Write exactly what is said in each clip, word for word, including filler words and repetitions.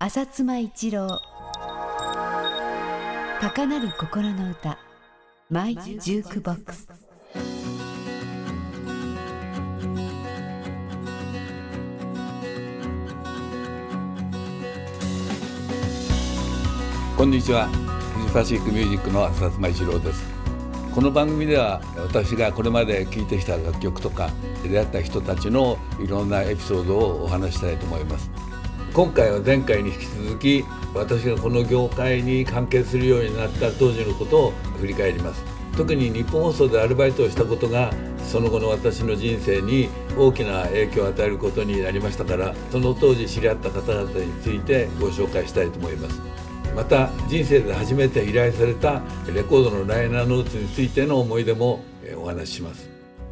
浅妻一郎高鳴る心の歌マイジュークボックス。 こんにちは。フジファシックミュージックの浅妻一郎です。この番組では私がこれまで聴いてきた楽曲とか出会った人たちのいろんなエピソードをお話したいと思います。今回は前回に引き続き私がこの業界に関係するようになった当時のことを振り返ります。特に日本放送でアルバイトをしたことがその後の私の人生に大きな影響を与えることになりましたから、その当時知り合った方々についてご紹介したいと思います。また人生で初めて依頼されたレコードのライナーノーツについての思い出もお話しします。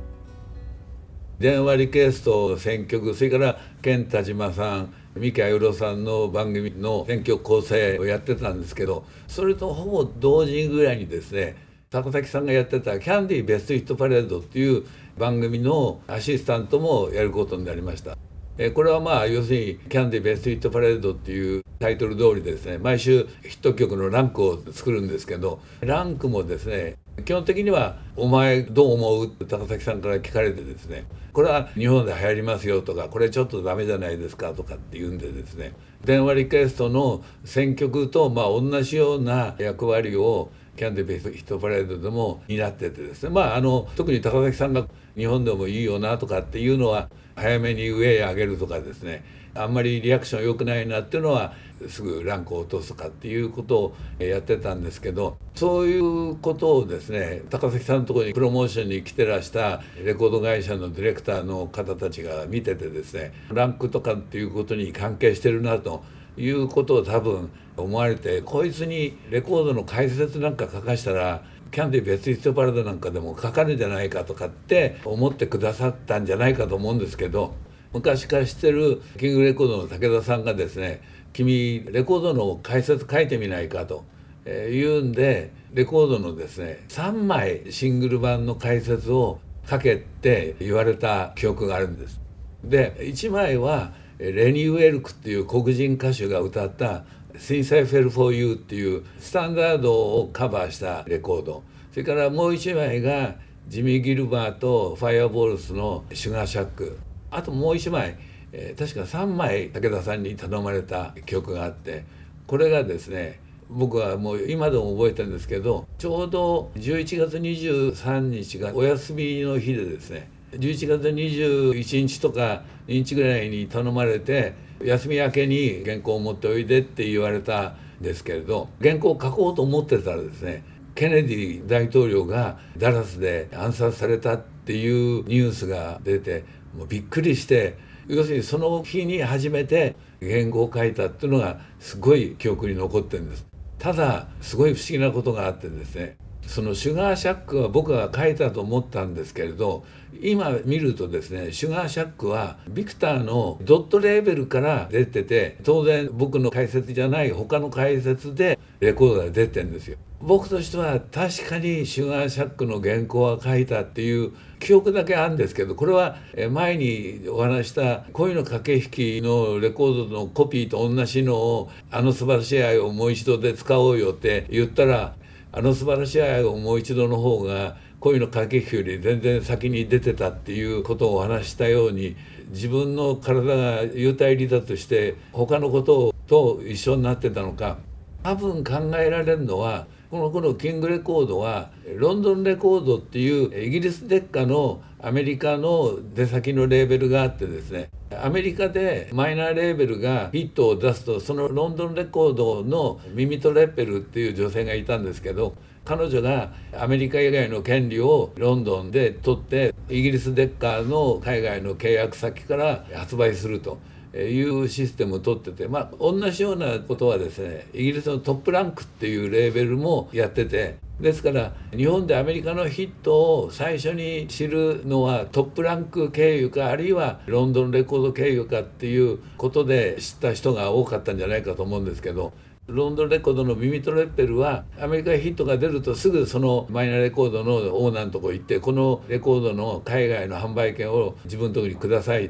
電話リクエスト選曲、それから健田島さん、三木綾さんの番組の選曲構成をやってたんですけど、それとほぼ同時ぐらいにですね、高崎さんがやってたキャンディーベストヒットパレードっていう番組のアシスタントもやることになりました。これはまあ要するにキャンディーベストヒットパレードっていうタイトル通りですね、毎週ヒット曲のランクを作るんですけど、ランクもですね、基本的にはお前どう思うって高崎さんから聞かれてですね、これは日本で流行りますよとか、これちょっとダメじゃないですかとかっていうんでですね、電話リクエストの選曲とまあ同じような役割をキャンディーベストヒットパレードでも担っててですね、まああの特に高崎さんが日本でもいいよなとかっていうのは早めに上へ上げるとかですね、あんまりリアクション良くないなっていうのはすぐランクを落とすとかっていうことをやってたんですけど、そういうことをですね、高崎さんのところにプロモーションに来てらしたレコード会社のディレクターの方たちが見ててですね、ランクとかっていうことに関係してるなということを多分思われて、こいつにレコードの解説なんか書かしたらキャンディーベストヒットパレードなんかでも書かれるんじゃないかとかって思ってくださったんじゃないかと思うんですけど、昔から知ってるキングレコードの武田さんがですね、君レコードの解説書いてみないかと言うんで、レコードのですねさんまいシングル版の解説を書けって言われた記憶があるんです。でいちまいはレニー・ウェルクっていう黒人歌手が歌った「Since I Fell for You」っていうスタンダードをカバーしたレコード、それからもういちまいがジミー・ギルバーとファイアボールスの「シュガーシャック」、あともういちまい、えー、確かさんまい武田さんに頼まれた曲があって、これがですね、僕はもう今でも覚えてるんですけど、ちょうどじゅういちがつにじゅうさんにちがお休みの日でですね、じゅういちがつにじゅういちにちとかにちぐらいに頼まれて、休み明けに原稿を持っておいでって言われたんですけれど、原稿を書こうと思ってたらですね、ケネディ大統領がダラスで暗殺されたっていうニュースが出て、もうびっくりして、要するにその日に初めて原稿を書いたっていうのがすごい記憶に残ってるんです。ただすごい不思議なことがあってですね、そのシュガーシャックは僕が書いたと思ったんですけれど、今見るとですね、シュガーシャックはビクターのドットレーベルから出てて、当然僕の解説じゃない他の解説でレコードが出てるんですよ。僕としては確かにシュガーシャックの原稿は書いたっていう記憶だけあるんですけど、これは前にお話した恋の駆け引きのレコードのコピーと同じのをあの素晴らしい愛をもう一度で使おうよって言ったら、あの素晴らしい愛をもう一度の方が恋の駆け引きより全然先に出てたっていうことをお話したように、自分の体が幽体離脱して他のことと一緒になってたのか、多分考えられるのは、この頃キングレコードはロンドンレコードっていうイギリスデッカのアメリカの出先のレーベルがあってですね、アメリカでマイナーレーベルがヒットを出すと、そのロンドンレコードのミミト・レッペルっていう女性がいたんですけど、彼女がアメリカ以外の権利をロンドンで取ってイギリスデッカーの海外の契約先から発売するというシステムを取ってて、まあ同じようなことはですね、イギリスのトップランクっていうレーベルもやってて、ですから日本でアメリカのヒットを最初に知るのはトップランク経由か、あるいはロンドンレコード経由かっていうことで知った人が多かったんじゃないかと思うんですけど、ロンドンレコードのミミト・レッペルはアメリカヒットが出るとすぐそのマイナーレコードのオーナーのとこ行って、このレコードの海外の販売権を自分のとこにくださいと、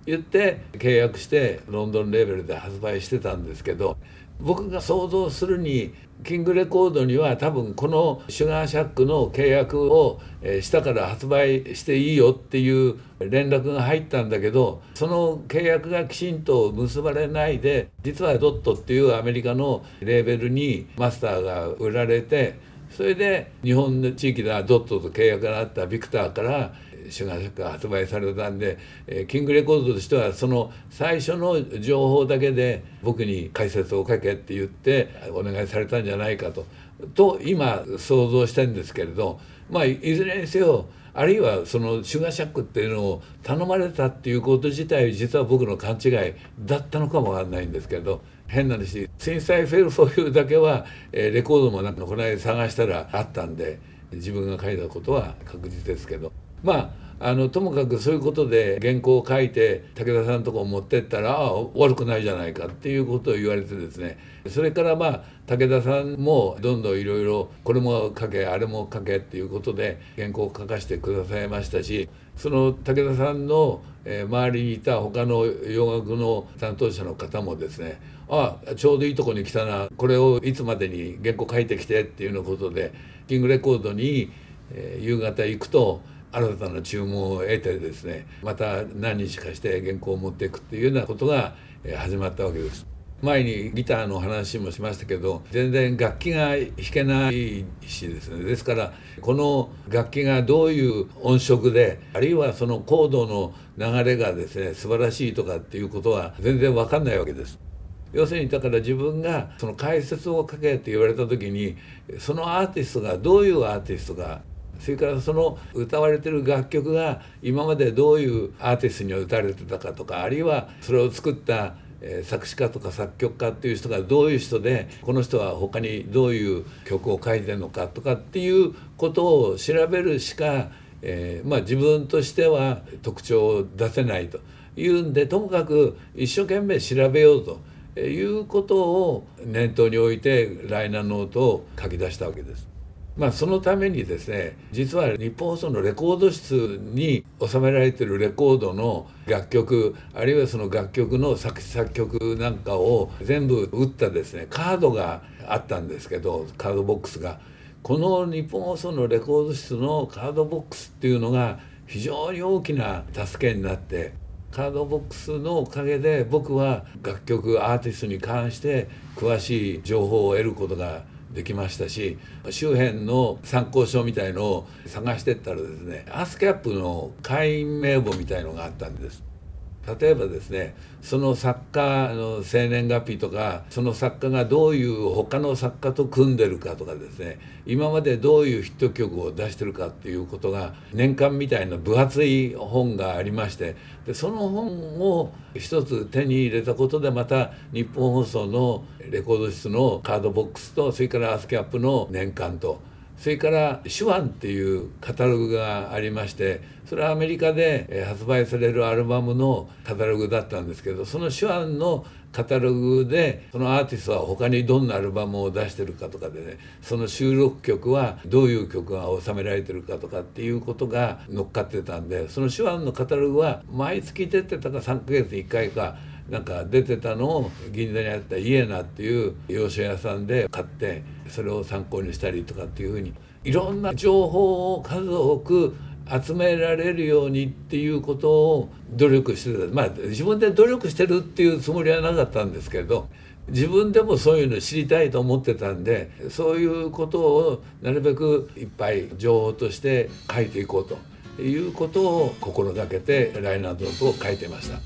言って契約してロンドンレーベルで発売してたんですけど、僕が想像するにキングレコードには多分このシュガーシャックの契約をしたから発売していいよっていう連絡が入ったんだけど、その契約がきちんと結ばれないで、実はドットっていうアメリカのレーベルにマスターが売られて、それで日本の地域ではドットと契約があったビクターからシュガーシャックが発売されたんで、キングレコードとしてはその最初の情報だけで僕に解説を書けって言ってお願いされたんじゃないかとと今想像してるんですけれど、まあいずれにせよ、あるいはそのシュガーシャックっていうのを頼まれたっていうこと自体実は僕の勘違いだったのかもわかんないんですけど、変な話、Since I Fell For Youだけはレコードもなんかこの間探したらあったんで、自分が書いたことは確実ですけど、まあ、あのともかくそういうことで原稿を書いて武田さんのところ持ってったら、ああ悪くないじゃないかっていうことを言われてですね、それからまあ武田さんもどんどんいろいろこれも書けあれも書けっていうことで原稿を書かせてくださいましたし、その武田さんの周りにいた他の洋楽の担当者の方もですね、ああちょうどいいとこに来たな、これをいつまでに原稿書いてきてっていうようなことでキングレコードに、えー、夕方行くと新たな注文を得てですね、また何日かして原稿を持っていくっていうようなことが始まったわけです。前にギターの話もしましたけど、全然楽器が弾けないしですね、ですからこの楽器がどういう音色で、あるいはそのコードの流れがですね素晴らしいとかっていうことは全然分かんないわけです。要するにだから自分がその解説を書けって言われた時に、そのアーティストがどういうアーティストが、それからその歌われてる楽曲が今までどういうアーティストに歌われてたかとか、あるいはそれを作った作詞家とか作曲家っていう人がどういう人で、この人は他にどういう曲を書いてるのかとかっていうことを調べるしか、えー、まあ自分としては特徴を出せないというんで、ともかく一生懸命調べようということを念頭に置いてライナーノートを書き出したわけです。まあ、そのためにですね、実は日本放送のレコード室に収められているレコードの楽曲、あるいはその楽曲の作詞作曲なんかを全部打ったですねカードがあったんですけど、カードボックスが、この日本放送のレコード室のカードボックスっていうのが非常に大きな助けになって、カードボックスのおかげで僕は楽曲アーティストに関して詳しい情報を得ることができましたし、周辺の参考書みたいのを探してったらですね、アスキャップの会員名簿みたいのがあったんです。例えばですね、その作家の生年月日とか、その作家がどういう他の作家と組んでるかとかですね、今までどういうヒット曲を出してるかっていうことが年間みたいな分厚い本がありまして、でその本を一つ手に入れたことで、また日本放送のレコード室のカードボックスと、それからアスキャップの年間と、それから手腕っていうカタログがありまして、それはアメリカで発売されるアルバムのカタログだったんですけど、その手腕のカタログでそのアーティストは他にどんなアルバムを出してるかとかでね、その収録曲はどういう曲が収められてるかとかっていうことが乗っかってたんで、その手腕のカタログは毎月出てたかさんかげつにいっかいかなんか出てたのを銀座にあったイエナっていう洋書屋さんで買って、それを参考にしたりとかっていうふうに、いろんな情報を数多く集められるようにっていうことを努力してた。まあ自分で努力してるっていうつもりはなかったんですけど、自分でもそういうの知りたいと思ってたんで、そういうことをなるべくいっぱい情報として書いていこうということを心がけてライナーノートを書いてました。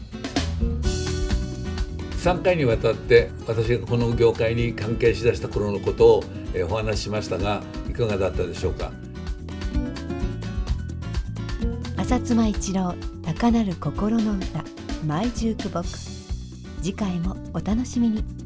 さんかいにわたって私がこの業界に関係しだした頃のことをお話ししましたが、いかがだったでしょうか。 浅妻一郎高鳴る心の歌マイジュークボックス、次回もお楽しみに。